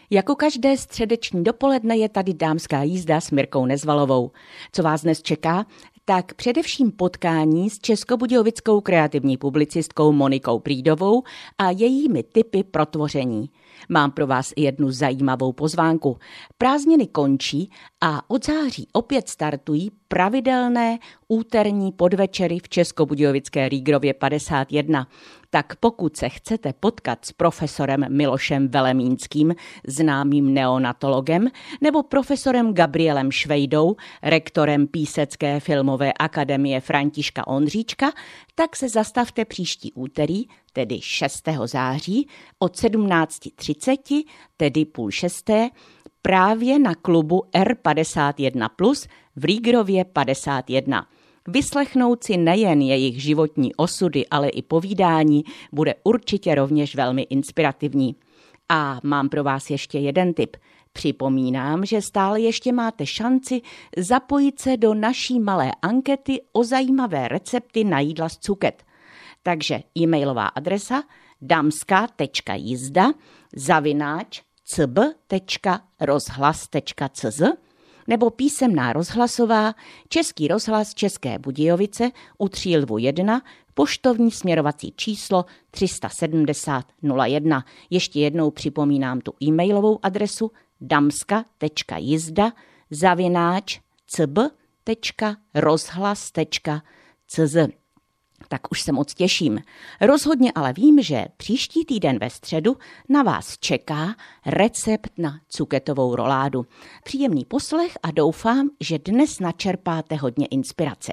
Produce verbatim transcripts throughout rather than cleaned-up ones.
Jako každé středeční dopoledne je tady dámská jízda s Mirkou Nezvalovou. Co vás dnes čeká? Tak především potkání s českobudějovickou kreativní publicistkou Monikou Prídovou a jejími tipy pro tvoření. Mám pro vás i jednu zajímavou pozvánku. Prázdniny končí a od září opět startují pravidelné úterní podvečery v Českobudějovické Rígrově padesát jedna. Tak pokud se chcete potkat s profesorem Milošem Velemínským, známým neonatologem, nebo profesorem Gabrielem Švejdou, rektorem Písecké filmové akademie Františka Ondříčka, tak se zastavte příští úterý, tedy šestého září, od sedmnáct třicet, tedy půl šesté, právě na klubu R padesát jedna plus v Rígrově padesát jedna. Vyslechnout si nejen jejich životní osudy, ale i povídání bude určitě rovněž velmi inspirativní. A mám pro vás ještě jeden tip. Připomínám, že stále ještě máte šanci zapojit se do naší malé ankety o zajímavé recepty na jídla z cuket. Takže e-mailová adresa damska.jizda zavináč cb tečka rozhlas tečka cz nebo písemná rozhlasová Český rozhlas České Budějovice u Třílvu jedna, poštovní směrovací číslo tři set sedmdesát nula jedna. Ještě jednou připomínám tu e-mailovou adresu damska.jizda zavináč cb tečka rozhlas tečka cz. Tak už se moc těším. Rozhodně ale vím, že příští týden ve středu na vás čeká recept na cuketovou roládu. Příjemný poslech a doufám, že dnes načerpáte hodně inspirace.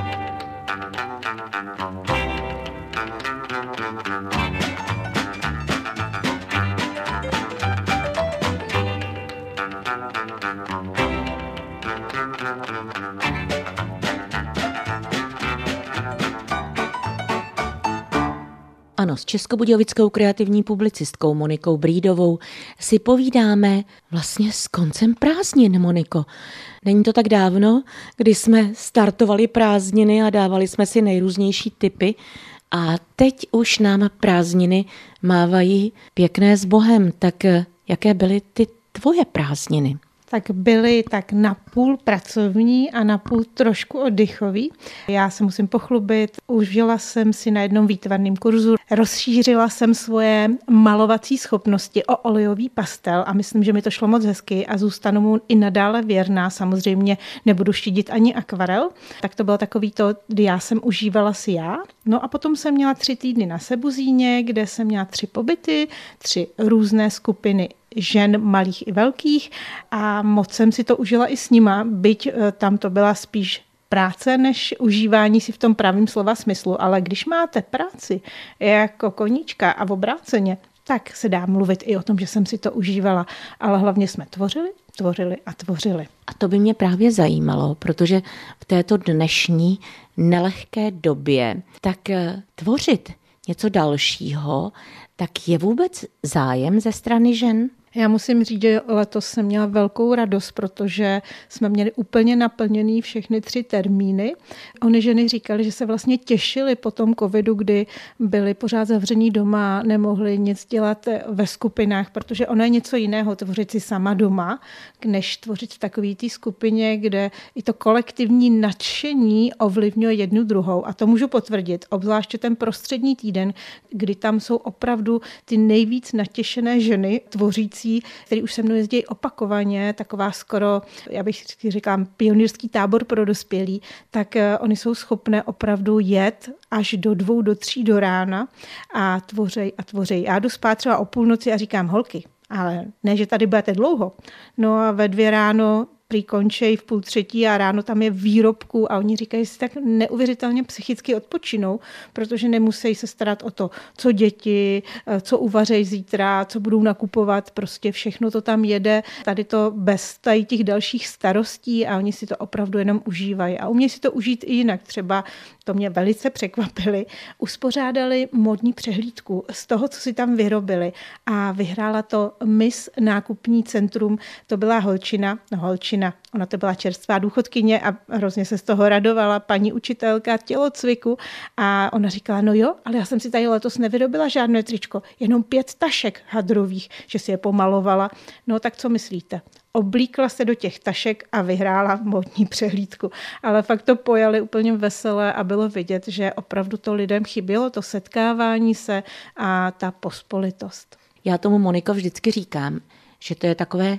Ano, s českobudějovickou kreativní publicistkou Monikou Prídovou si povídáme vlastně s koncem prázdnin, Moniko. Není to tak dávno, kdy jsme startovali prázdniny a dávali jsme si nejrůznější tipy a teď už nám prázdniny mávají pěkné s Bohem. Tak jaké byly ty tvoje prázdniny? Tak byly tak napůl pracovní a napůl trošku oddychový. Já se musím pochlubit, užila jsem si na jednom výtvarném kurzu, rozšířila jsem svoje malovací schopnosti o olejový pastel a myslím, že mi to šlo moc hezky a zůstanu mu i nadále věrná. Samozřejmě nebudu štídit ani akvarel. Tak to bylo takový to, kdy já jsem užívala si já. No a potom jsem měla tři týdny na Sebuzíně, kde jsem měla tři pobyty, tři různé skupiny žen malých i velkých a moc jsem si to užila i s nima, byť tam to byla spíš práce než užívání si v tom pravém slova smyslu, ale když máte práci jako koníčka a v obráceně, tak se dá mluvit i o tom, že jsem si to užívala, ale hlavně jsme tvořili, tvořili a tvořili. A to by mě právě zajímalo, protože v této dnešní nelehké době tak tvořit něco dalšího, tak je vůbec zájem ze strany žen? Já musím říct, že letos jsem měla velkou radost, protože jsme měli úplně naplněný všechny tři termíny. Ony ženy říkaly, že se vlastně těšily po tom covidu, kdy byly pořád zavření doma, nemohly nic dělat ve skupinách, protože ono je něco jiného tvořit si sama doma, než tvořit v takové té skupině, kde i to kolektivní nadšení ovlivňuje jednu druhou. A to můžu potvrdit, obzvláště ten prostřední týden, kdy tam jsou opravdu ty nejvíc natěšené ženy tvořící, který už se mnou jezdí opakovaně, taková skoro, já bych říkám, pionýrský tábor pro dospělí, tak oni jsou schopné opravdu jet až do dvou, do tří do rána a tvořej a tvořej. Já jdu spát třeba o půlnoci a říkám, holky, ale ne, že tady budete dlouho. No a ve dvě ráno prý končej v půl třetí a ráno tam je výrobku a oni říkají, že si tak neuvěřitelně psychicky odpočinou, protože nemusí se starat o to, co děti, co uvařejí zítra, co budou nakupovat, prostě všechno to tam jede. Tady to bez tady těch dalších starostí a oni si to opravdu jenom užívají. A umějí si to užít i jinak. Třeba, to mě velice překvapili, uspořádali módní přehlídku z toho, co si tam vyrobili a vyhrála to Miss nákupní centrum, to byla holčina, no holčina, rodina. Ona to byla čerstvá důchodkyně a hrozně se z toho radovala paní učitelka tělocviku a ona říkala, no jo, ale já jsem si tady letos nevyrobila žádné tričko, jenom pět tašek hadrových, že si je pomalovala. No tak co myslíte? Oblíkla se do těch tašek a vyhrála módní přehlídku. Ale fakt to pojali úplně veselé a bylo vidět, že opravdu to lidem chybělo, to setkávání se a ta pospolitost. Já tomu, Moniko, vždycky říkám, že to je takové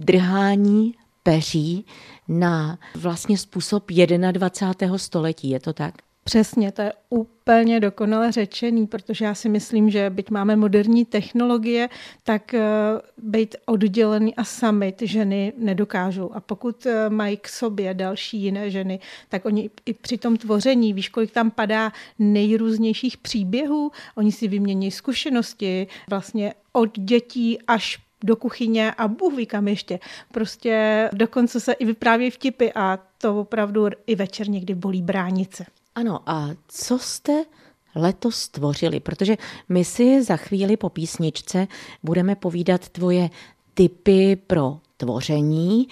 drhání peří na vlastně způsob dvacátého prvního století. Je to tak? Přesně, to je úplně dokonale řečený, protože já si myslím, že byť máme moderní technologie, tak být oddělený a sami ty ženy nedokážou. A pokud mají k sobě další jiné ženy, tak oni i při tom tvoření, víš, kolik tam padá nejrůznějších příběhů, oni si vymění zkušenosti vlastně od dětí až do kuchyně a Bůh ví kam ještě. Prostě dokonce se i vyprávějí vtipy a to opravdu i večer někdy bolí bránice. Ano, a co jste letos tvořili? Protože my si za chvíli po písničce budeme povídat tvoje tipy pro tvoření,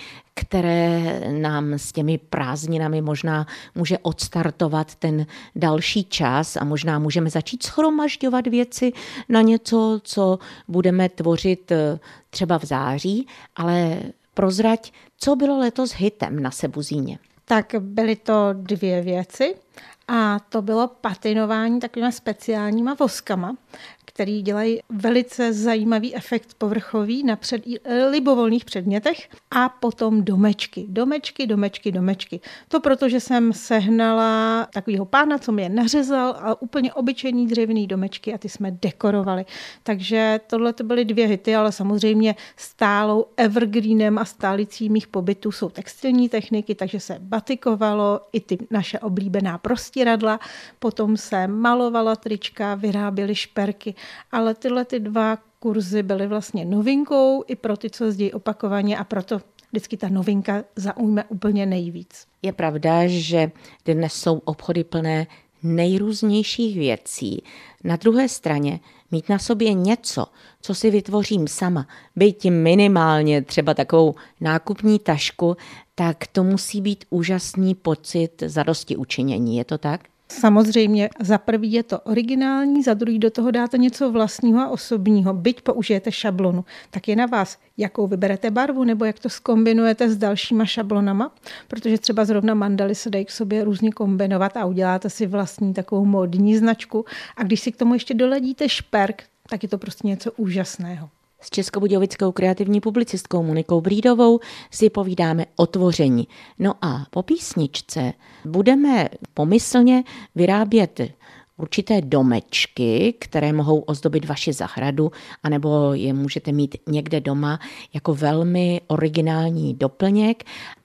které nám s těmi prázdninami možná může odstartovat ten další čas a možná můžeme začít shromažďovat věci na něco, co budeme tvořit třeba v září, ale prozrať, co bylo letos hitem na Sebuzíně? Tak byly to dvě věci a to bylo patinování takovými speciálníma voskama, který dělají velice zajímavý efekt povrchový na před, libovolných předmětech a potom domečky. Domečky, domečky, domečky. To proto, že jsem sehnala takovýho pána, co mi je nařezal a úplně obyčejný dřevěný domečky a ty jsme dekorovali. Takže tohle to byly dvě hity, ale samozřejmě stálou evergreenem a stálicí mých pobytů jsou textilní techniky, takže se batikovalo i ty naše oblíbená prostíradla, potom se malovala trička, vyráběly šperky. Ale tyhle ty dva kurzy byly vlastně novinkou i pro ty, co jezdí opakovaně a proto vždycky ta novinka zaujme úplně nejvíc. Je pravda, že dnes jsou obchody plné nejrůznějších věcí. Na druhé straně mít na sobě něco, co si vytvořím sama, byť minimálně třeba takovou nákupní tašku, tak to musí být úžasný pocit zadosti učinění. Je to tak? Samozřejmě za prvý je to originální, za druhý do toho dáte něco vlastního a osobního. Byť použijete šablonu, tak je na vás, jakou vyberete barvu nebo jak to zkombinujete s dalšíma šablonama, protože třeba zrovna mandaly se dají k sobě různě kombinovat a uděláte si vlastní takovou módní značku. A když si k tomu ještě doladíte šperk, tak je to prostě něco úžasného. S českobudějovickou kreativní publicistkou Monikou Brídovou si povídáme o tvoření. No a po písničce budeme pomyslně vyrábět určité domečky, které mohou ozdobit vaši zahradu, anebo je můžete mít někde doma jako velmi originální doplněk.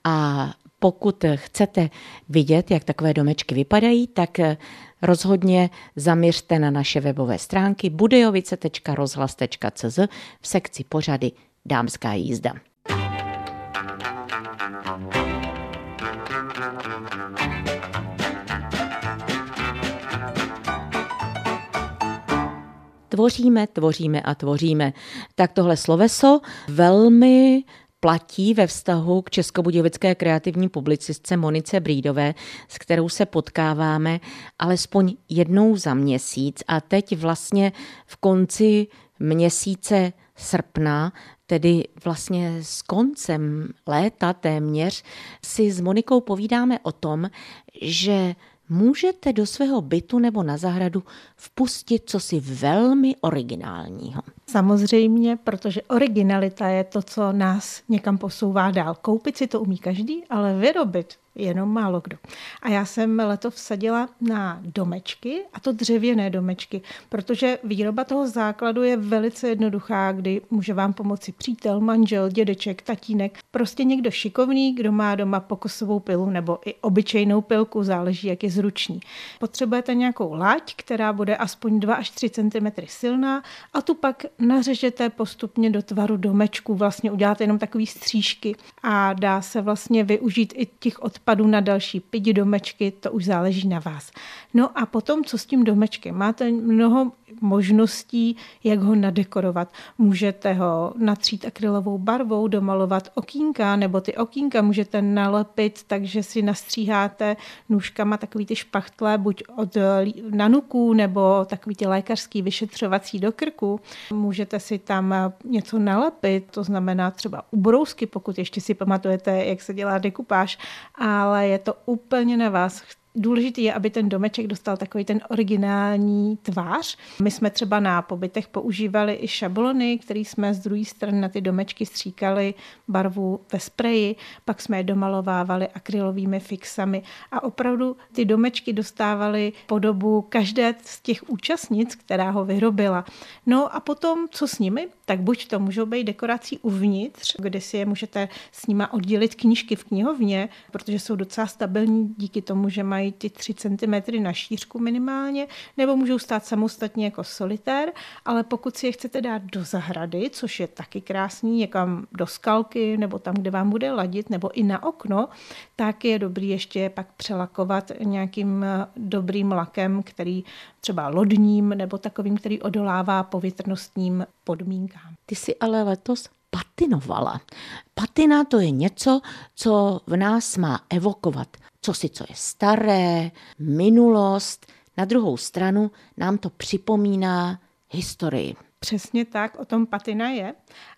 A pokud chcete vidět, jak takové domečky vypadají, tak rozhodně zaměřte na naše webové stránky budejovice tečka rozhlas tečka cé zet v sekci pořady Dámská jízda. Tvoříme, tvoříme a tvoříme. Tak tohle sloveso velmi platí ve vztahu k českobudějovické kreativní publicistce Monice Brídové, s kterou se potkáváme alespoň jednou za měsíc a teď vlastně v konci měsíce srpna, tedy vlastně s koncem léta téměř, si s Monikou povídáme o tom, že můžete do svého bytu nebo na zahradu vpustit cosi velmi originálního. Samozřejmě, protože originalita je to, co nás někam posouvá dál. Koupit si to umí každý, ale vyrobit jenom málo kdo. A já jsem letos vsadila na domečky, a to dřevěné domečky, protože výroba toho základu je velice jednoduchá, kdy může vám pomoci přítel, manžel, dědeček, tatínek, prostě někdo šikovný, kdo má doma pokosovou pilu nebo i obyčejnou pilku, záleží, jak je zručný. Potřebujete nějakou laď, která bude aspoň dva až tři centimetry silná a tu pak nařežete postupně do tvaru domečku, vlastně uděláte jenom takový střížky a dá se vlastně využít i těch odpadů rozpadu na další pidi domečky, to už záleží na vás. No a potom, co s tím domečkem? Máte mnoho možností, jak ho nadekorovat. Můžete ho natřít akrylovou barvou, domalovat okýnka, nebo ty okýnka můžete nalepit, takže si nastříháte nůžkama takový ty špachtle, buď od nanuků, nebo takový ty lékařský vyšetřovací do krku. Můžete si tam něco nalepit, to znamená třeba ubrousky, pokud ještě si pamatujete, jak se dělá dekupáž, ale je to úplně na vás. Důležité je, aby ten domeček dostal takový ten originální tvář. My jsme třeba na pobytech používali i šablony, které jsme z druhé strany na ty domečky stříkali barvu ve spreji, pak jsme je domalovávali akrylovými fixami a opravdu ty domečky dostávaly podobu každé z těch účastnic, která ho vyrobila. No a potom, co s nimi? Tak buď to můžou být dekorací uvnitř, kde si je můžete s nima oddělit knížky v knihovně, protože jsou docela stabilní díky tomu, že mají ty tři centimetry na šířku minimálně, nebo můžou stát samostatně jako solitér, ale pokud si je chcete dát do zahrady, což je taky krásný, někam do skalky, nebo tam, kde vám bude ladit, nebo i na okno, tak je dobrý ještě pak přelakovat nějakým dobrým lakem, který třeba lodním, nebo takovým, který odolává povětrnostním podmínkám. Ty jsi ale letos patinovala. Patina to je něco, co v nás má evokovat. Co si, co je staré, minulost. Na druhou stranu nám to připomíná historii. Přesně tak, o tom patina je.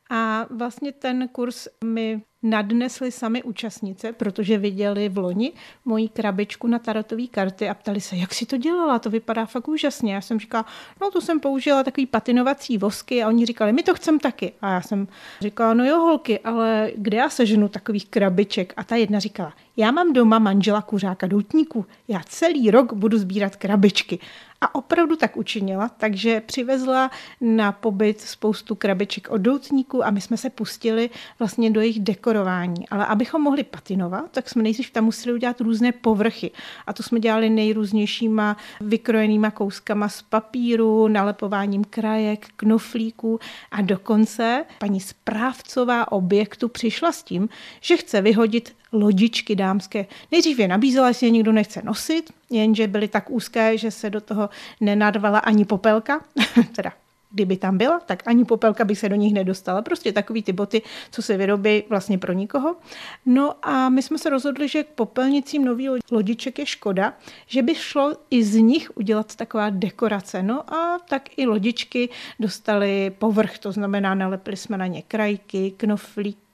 A vlastně ten kurz mi nadnesli sami účastnice, protože viděli v loni moji krabičku na tarotové karty a ptali se, jak si to dělala, to vypadá fakt úžasně. Já jsem říkala, no to jsem použila takový patinovací vosky a oni říkali, my to chcem taky. A já jsem říkala, no jo holky, ale kde já seženu takových krabiček? A ta jedna říkala, já mám doma manžela kuřáka doutníku, já celý rok budu sbírat krabičky. A opravdu tak učinila, takže přivezla na pobyt spoustu krabiček od doutníku a my jsme se pustili vlastně do jejich dekorování. Ale abychom mohli patinovat, tak jsme nejdřív tam museli udělat různé povrchy. A to jsme dělali nejrůznějšíma vykrojenýma kouskama z papíru, nalepováním krajek, knoflíků a dokonce paní správcová objektu přišla s tím, že chce vyhodit lodičky dámské. Nejdřív je nabízela, jestli je nikdo nechce nosit, jenže byly tak úzké, že se do toho nenarvala ani popelka, teda kdyby tam byla, tak ani popelka by se do nich nedostala. Prostě takový ty boty, co se vyrobí vlastně pro nikoho. No a my jsme se rozhodli, že k popelnicím nový lodiček je škoda, že by šlo i z nich udělat taková dekorace. No a tak i lodičky dostaly povrch, to znamená, nalepili jsme na ně krajky, knoflíky,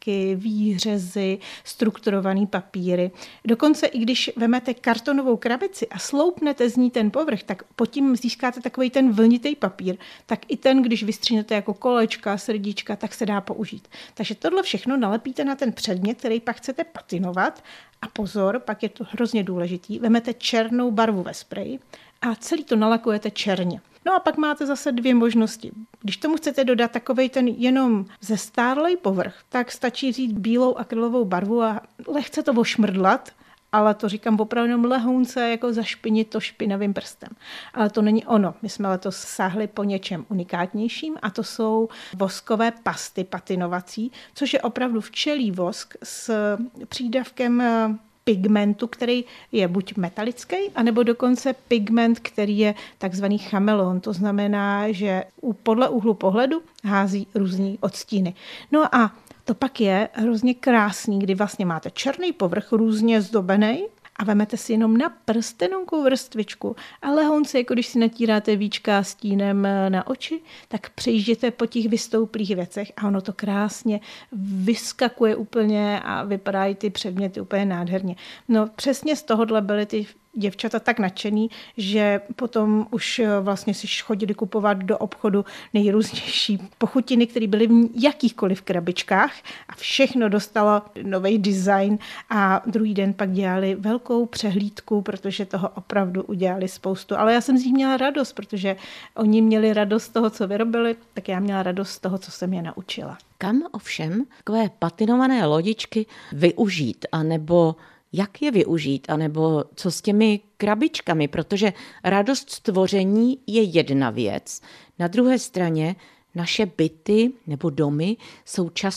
výřezy, strukturovaný papíry. Dokonce i když vemete kartonovou krabici a sloupnete z ní ten povrch, tak pod tím získáte takový ten vlnitý papír, tak i ten, když vystřínete jako kolečka, srdíčka, tak se dá použít. Takže tohle všechno nalepíte na ten předmět, který pak chcete patinovat a pozor, pak je to hrozně důležitý, vemete černou barvu ve spreji a celý to nalakujete černě. No a pak máte zase dvě možnosti. Když tomu chcete dodat takovej ten jenom zestárlej povrch, tak stačí vzít bílou akrylovou barvu a lehce to ošmrdlat, ale to říkám opravdu jenom lehounce, jako zašpinit to špinavým prstem. Ale to není ono. My jsme letos sáhli po něčem unikátnějším a to jsou voskové pasty patinovací, což je opravdu včelí vosk s přídavkem pigmentu, který je buď metalický, anebo dokonce pigment, který je takzvaný chameleon. To znamená, že podle úhlu pohledu hází různý odstíny. No a to pak je hrozně krásný, kdy vlastně máte černý povrch, různě zdobený, a vemete si jenom na prst tenonkou vrstvičku a lehonce, jako když si natíráte víčka stínem na oči, tak přejížděte po těch vystouplých věcech a ono to krásně vyskakuje úplně a vypadají ty předměty úplně nádherně. No přesně z tohohle byly ty děvčata tak nadšený, že potom už vlastně si chodili kupovat do obchodu nejrůznější pochutiny, které byly v jakýchkoliv krabičkách a všechno dostalo nový design a druhý den pak dělali velkou přehlídku, protože toho opravdu udělali spoustu. Ale já jsem z nich měla radost, protože oni měli radost z toho, co vyrobili, tak já měla radost z toho, co jsem je naučila. Kam ovšem takové patinované lodičky využít, anebo jak je využít, anebo co s těmi krabičkami, protože radost stvoření je jedna věc. Na druhé straně naše byty nebo domy jsou často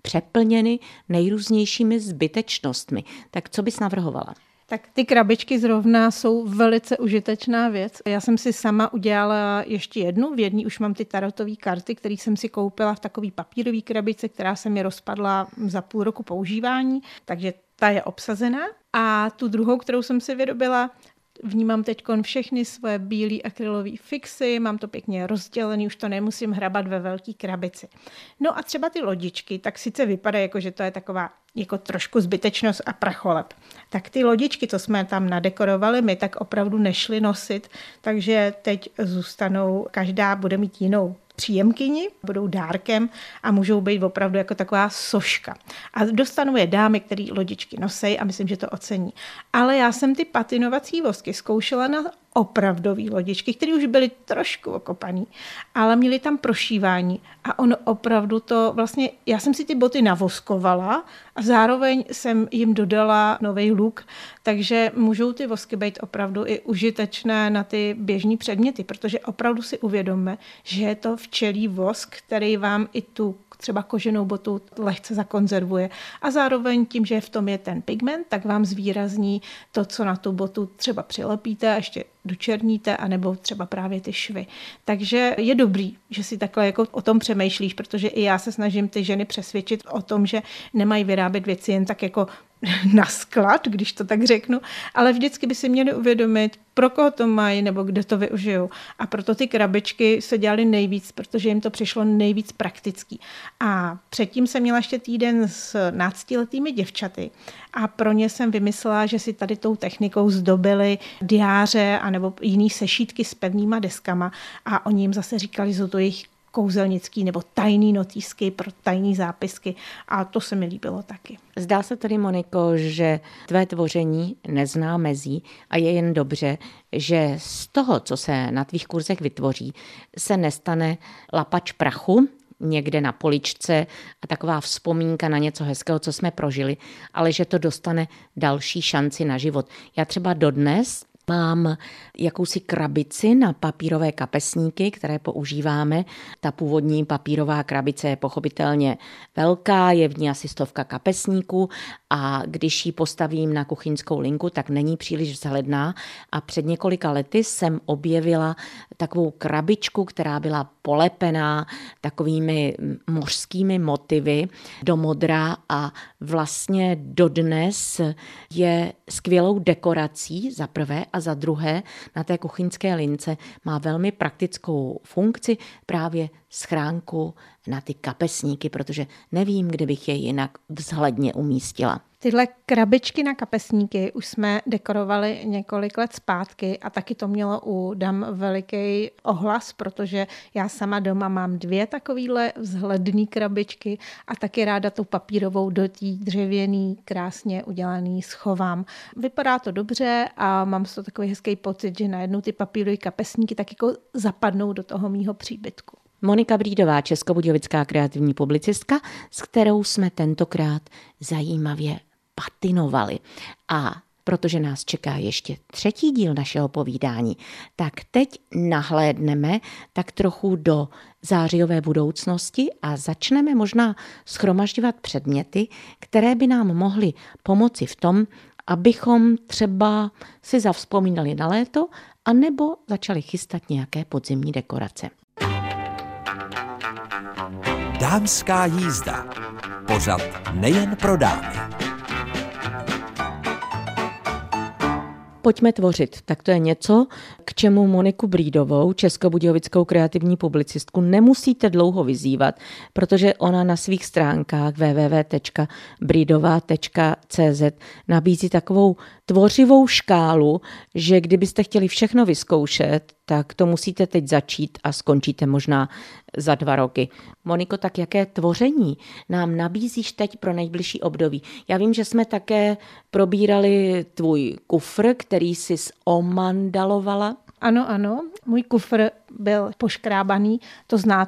přeplněny nejrůznějšími zbytečnostmi. Tak co bys navrhovala? Tak ty krabičky zrovna jsou velice užitečná věc. Já jsem si sama udělala ještě jednu, v jedné už mám ty tarotové karty, které jsem si koupila v takové papírové krabičce, která se mi rozpadla za půl roku používání, takže ta je obsazená. A tu druhou, kterou jsem si vyrobila, v ní mám teď všechny svoje bílé akrylové fixy, mám to pěkně rozdělený, už to nemusím hrabat ve velké krabici. No a třeba ty lodičky, tak sice vypadá jako, že to je taková jako trošku zbytečnost a pracholep. Tak ty lodičky, co jsme tam nadekorovali my, tak opravdu nešly nosit, takže teď zůstanou, každá bude mít jinou příjemkyni, budou dárkem a můžou být opravdu jako taková soška. A dostanou je dámy, které lodičky nosejí a myslím, že to ocení. Ale já jsem ty patinovací vosky zkoušela na opravdový lodičky, které už byly trošku okopaný, ale měly tam prošívání a ono opravdu to vlastně, já jsem si ty boty navoskovala a zároveň jsem jim dodala nový look, takže můžou ty vosky být opravdu i užitečné na ty běžní předměty, protože opravdu si uvědomme, že je to včelí vosk, který vám i tu třeba koženou botu lehce zakonzervuje a zároveň tím, že v tom je ten pigment, tak vám zvýrazní to, co na tu botu třeba přilepíte a ještě dočerníte, anebo třeba právě ty švy. Takže je dobrý, že si takhle jako o tom přemýšlíš, protože i já se snažím ty ženy přesvědčit o tom, že nemají vyrábět věci jen tak jako na sklad, když to tak řeknu, ale vždycky by si měli uvědomit, pro koho to mají nebo kde to využijou. A proto ty krabičky se dělaly nejvíc, protože jim to přišlo nejvíc praktický. A předtím jsem měla ještě týden s náctiletými děvčaty a pro ně jsem vymyslela, že si tady tou technikou zdobily diáře anebo jiný sešítky s pevnýma deskama a oni jim zase říkali, že jsou to jejich kouzelnický nebo tajný notýsky pro tajný zápisky a to se mi líbilo taky. Zdá se tedy, Moniko, že tvé tvoření nezná mezí a je jen dobře, že z toho, co se na tvých kurzech vytvoří, se nestane lapač prachu někde na poličce a taková vzpomínka na něco hezkého, co jsme prožili, ale že to dostane další šanci na život. Já třeba dodnes mám jakousi krabici na papírové kapesníky, které používáme. Ta původní papírová krabice je pochopitelně velká, je v ní asi stovka kapesníků a když ji postavím na kuchyňskou linku, tak není příliš vzhledná a před několika lety jsem objevila takovou krabičku, která byla polepená takovými mořskými motivy do modra a vlastně dodnes je skvělou dekorací za prvé a za druhé na té kuchyňské lince má velmi praktickou funkci právě schránku na ty kapesníky, protože nevím, kde bych je jinak vzhledně umístila. Tyhle krabičky na kapesníky už jsme dekorovali několik let zpátky a taky to mělo u dam veliký ohlas, protože já sama doma mám dvě takovýhle vzhledný krabičky a taky ráda tou papírovou do té dřevěný, krásně udělaný schovám. Vypadá to dobře a mám z toho takový hezký pocit, že najednou ty papírové kapesníky tak jako zapadnou do toho mýho příbytku. Monika Brídová, českobudějovická kreativní publicistka, s kterou jsme tentokrát zajímavě patinovali. A protože nás čeká ještě třetí díl našeho povídání, tak teď nahlédneme tak trochu do zářijové budoucnosti a začneme možná shromažďovat předměty, které by nám mohly pomoci v tom, abychom třeba si zavzpomínali na léto anebo začali chystat nějaké podzimní dekorace. Dámská jízda. Pořad nejen pro dámy. Pojďme tvořit. Tak to je něco, k čemu Moniku Brídovou, českobudějovickou kreativní publicistku, nemusíte dlouho vyzývat, protože ona na svých stránkách w w w tečka bridova tečka c z nabízí takovou tvořivou škálu, že kdybyste chtěli všechno vyzkoušet, tak to musíte teď začít a skončíte možná za dva roky. Moniko, tak jaké tvoření nám nabízíš teď pro nejbližší období? Já vím, že jsme také probírali tvůj kufr, který jsi omandalovala. Ano, ano, můj kufr byl poškrábaný, to znáte.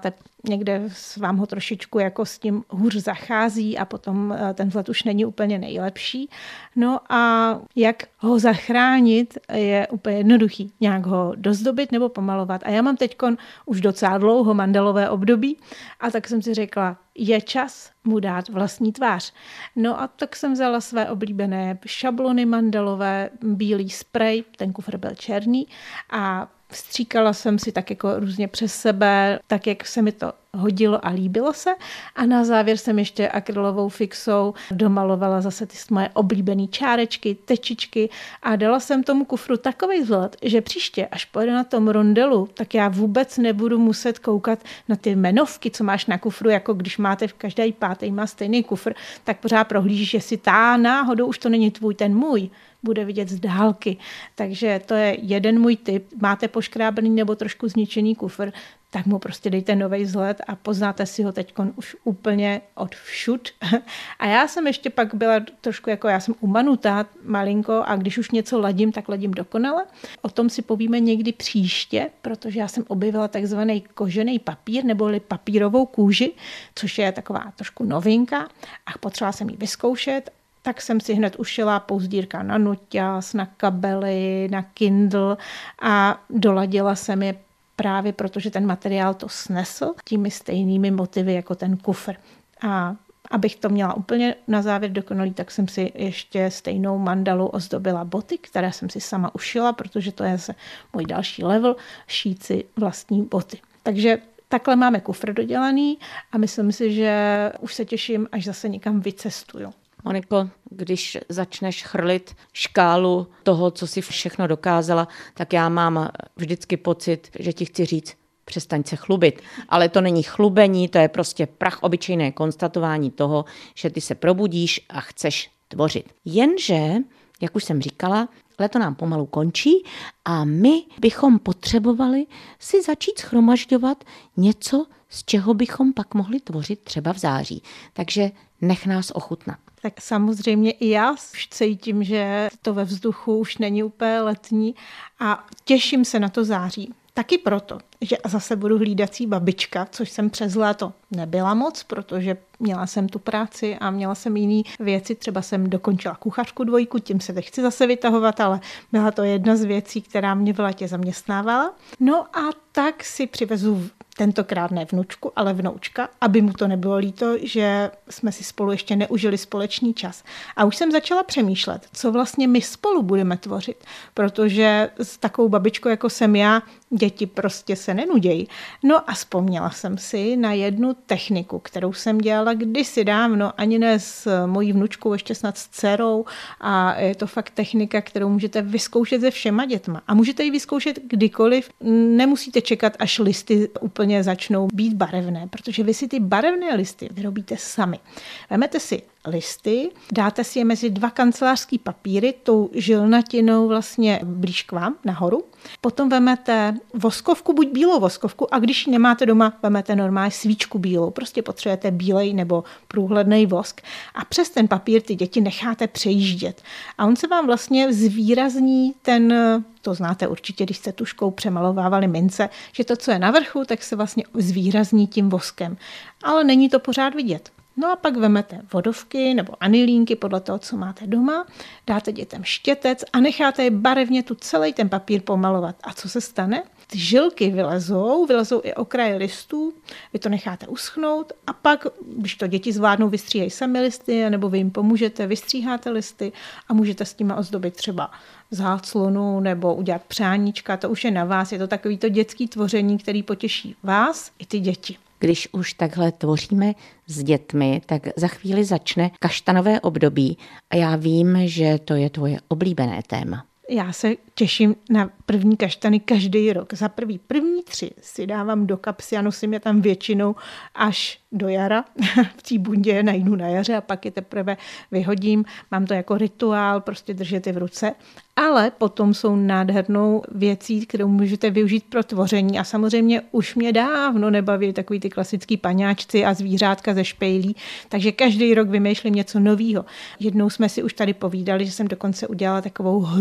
někde vám ho trošičku jako s tím hůř zachází a potom ten vzhled už není úplně nejlepší. No a jak ho zachránit je úplně jednoduchý. Nějak ho dozdobit nebo pomalovat. A já mám teďkon už docela dlouho mandalové období a tak jsem si řekla, je čas mu dát vlastní tvář. No a tak jsem vzala své oblíbené šablony mandalové, bílý sprej, ten kufr byl černý a vstříkala jsem si tak jako různě přes sebe, tak jak se mi to hodilo a líbilo se. A na závěr jsem ještě akrylovou fixou domalovala zase ty moje oblíbené čárečky, tečičky a dala jsem tomu kufru takovej vzhled, že příště, až pojedu na tom rondelu, tak já vůbec nebudu muset koukat na ty jmenovky, co máš na kufru, jako když máte v každý pátý má stejný kufr, tak pořád prohlížíš, jestli tá náhodou už to není tvůj, ten můj bude vidět z dálky. Takže to je jeden můj tip. Máte poškrábený nebo trošku zničený kufr, tak mu prostě dejte nový vzhled a poznáte si ho teďkon už úplně od všud. A já jsem ještě pak byla trošku jako, já jsem umanutá malinko a když už něco ladím, tak ladím dokonale. O tom si povíme někdy příště, protože já jsem objevila takzvaný kožený papír neboli papírovou kůži, což je taková trošku novinka a potřebovala jsem ji vyzkoušet. Tak jsem si hned ušila pouzdírka na noťaz, na kabely, na Kindle a doladila jsem je právě protože ten materiál to snesl těmi stejnými motivy jako ten kufr. A abych to měla úplně na závěr dokonalý, tak jsem si ještě stejnou mandalu ozdobila boty, které jsem si sama ušila, protože to je můj další level, šít si vlastní boty. Takže takhle máme kufr dodělaný a myslím si, že už se těším, až zase někam vycestuju. Moniko, když začneš chrlit škálu toho, co si všechno dokázala, tak já mám vždycky pocit, že ti chci říct, přestaň se chlubit. Ale to není chlubení, to je prostě prach obyčejné konstatování toho, že ty se probudíš a chceš tvořit. Jenže, jak už jsem říkala, léto nám pomalu končí a my bychom potřebovali si začít shromažďovat něco, z čeho bychom pak mohli tvořit třeba v září. Takže nech nás ochutnat. Tak samozřejmě i já už cítím, že to ve vzduchu už není úplně letní a těším se na to září. Taky proto, že zase budu hlídací babička, což jsem přes léto nebyla moc, protože měla jsem tu práci a měla jsem jiné věci. Třeba jsem dokončila kuchařku dvojku, tím se nechci zase vytahovat, ale byla to jedna z věcí, která mě v létě zaměstnávala. No a tak si přivezu tentokrát ne vnučku, ale vnoučka, aby mu to nebylo líto, že jsme si spolu ještě neužili společný čas. A už jsem začala přemýšlet, co vlastně my spolu budeme tvořit, protože s takovou babičkou, jako jsem já, děti prostě se nenudějí. No a vzpomněla jsem si na jednu techniku, kterou jsem dělala kdysi dávno, ani ne s mojí vnučkou, ještě snad s dcerou a je to fakt technika, kterou můžete vyzkoušet se všema dětma. A můžete ji vyzkoušet kdykoliv, nemusíte čekat, až listy úplně začnou být barevné, protože vy si ty barevné listy vyrobíte sami. Vemete si listy, dáte si je mezi dva kancelářský papíry, tou žilnatinou vlastně blíž k vám nahoru. Potom vemete voskovku, buď bílou voskovku, a když ji nemáte doma, vemete normálně svíčku bílou. Prostě potřebujete bílej nebo průhledný vosk a přes ten papír ty děti necháte přejíždět. A on se vám vlastně zvýrazní ten, to znáte určitě, když jste tuškou přemalovávali mince, že to, co je na vrchu, tak se vlastně zvýrazní tím voskem. Ale není to pořád vidět. No a pak vemete vodovky nebo anilínky podle toho, co máte doma, dáte dětem štětec a necháte je barevně tu celý ten papír pomalovat. A co se stane? Ty žilky vylezou, vylezou i okraje listů, vy to necháte uschnout a pak, když to děti zvládnou, vystříhají sami listy, nebo vy jim pomůžete, vystříháte listy a můžete s tím ozdobit třeba záclonu nebo udělat přáníčka, to už je na vás, je to takový to dětský tvoření, který potěší vás i ty děti. Když už takhle tvoříme s dětmi, tak za chvíli začne kaštanové období a já vím, že to je tvoje oblíbené téma. Já se těším na první kaštany každý rok. Za první, první tři si dávám do kapsy a nosím je tam většinou až do jara. V té bundě je najdu na jaře a pak je teprve vyhodím. Mám to jako rituál, prostě držet je v ruce. Ale potom jsou nádhernou věcí, kterou můžete využít pro tvoření. A samozřejmě už mě dávno nebaví takový ty klasický paňáčci a zvířátka ze špejlí. Takže každý rok vymýšlím něco nového. Jednou jsme si už tady povídali, že jsem dokonce udělala takovou hru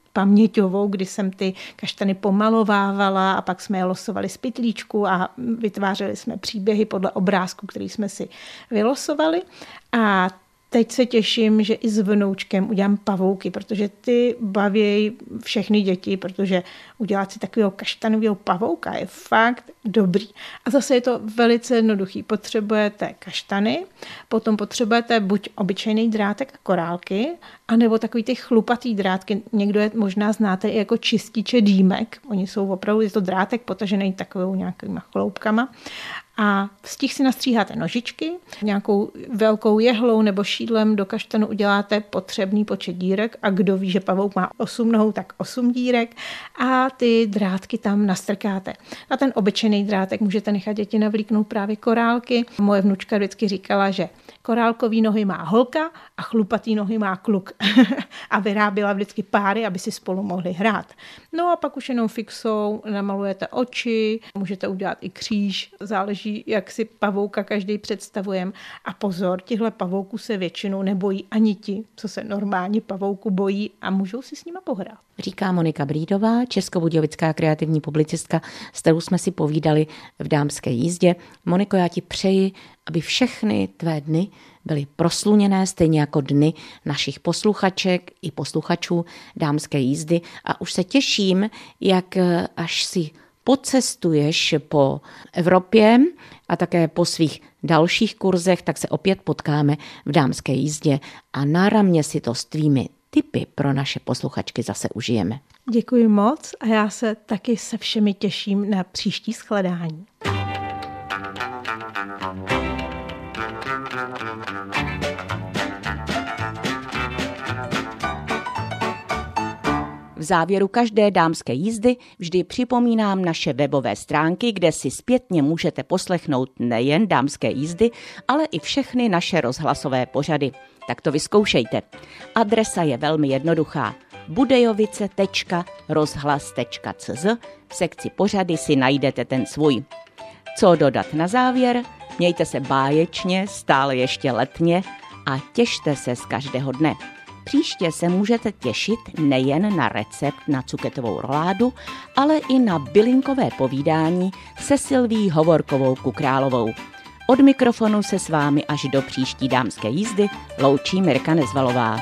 paměťovou, kdy jsem ty kaštany pomalovávala a pak jsme je losovali z pytlíčku a vytvářeli jsme příběhy podle obrázku, který jsme si vylosovali. A teď se těším, že i s vnoučkem udělám pavouky, protože ty baví všechny děti, protože udělat si takového kaštanového pavouka je fakt dobrý. A zase je to velice jednoduchý. Potřebujete kaštany, potom potřebujete buď obyčejný drátek a korálky, anebo takový ty chlupatý drátky. Někdo je možná znáte i jako čističe dýmek. Oni jsou opravdu, je to drátek potažený takovou nějakýma chloupkama. A z těch si nastříháte nožičky, nějakou velkou jehlou nebo šídlem do kaštanu uděláte potřebný počet dírek a kdo ví, že pavouk má osm nohou, tak osm dírek a ty drátky tam nastrkáte. Na ten obyčejný drátek můžete nechat děti navlíknout právě korálky. Moje vnučka vždycky říkala, že korálkový nohy má holka a chlupatý nohy má kluk. A vyráběla vždycky páry, aby si spolu mohli hrát. No a pak už jenom fixou namalujete oči, můžete udělat i kříž, záleží, jak si pavouka každý představujeme. A pozor, tihle pavouků se většinou nebojí ani ti, co se normálně pavouku bojí a můžou si s nima pohrát. Říká Monika Brídová, českobudějovická kreativní publicistka, s kterou jsme si povídali v Dámské jízdě. Moniko, já ti přeji, aby všechny tvé dny byly prosluněné, stejně jako dny našich posluchaček i posluchačů Dámské jízdy. A už se těším, jak až si pocestuješ po Evropě a také po svých dalších kurzech, tak se opět potkáme v Dámské jízdě a náramně si to s tvými tipy pro naše posluchačky zase užijeme. Děkuji moc a já se taky se všemi těším na příští shledání. V závěru každé dámské jízdy vždy připomínám naše webové stránky, kde si zpětně můžete poslechnout nejen dámské jízdy, ale i všechny naše rozhlasové pořady. Tak to vyzkoušejte. Adresa je velmi jednoduchá. budejovice tečka rozhlas tečka cz. V sekci pořady si najdete ten svůj. Co dodat na závěr? Mějte se báječně, stále ještě letně a těšte se z každého dne. Příště se můžete těšit nejen na recept na cuketovou roládu, ale i na bylinkové povídání se Silví Hovorkovou Kukrálovou. Od mikrofonu se s vámi až do příští dámské jízdy loučí Mirka Nezvalová.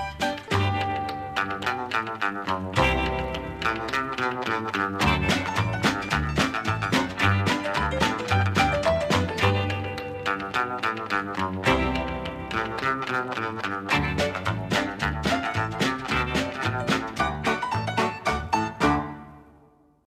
Thank you.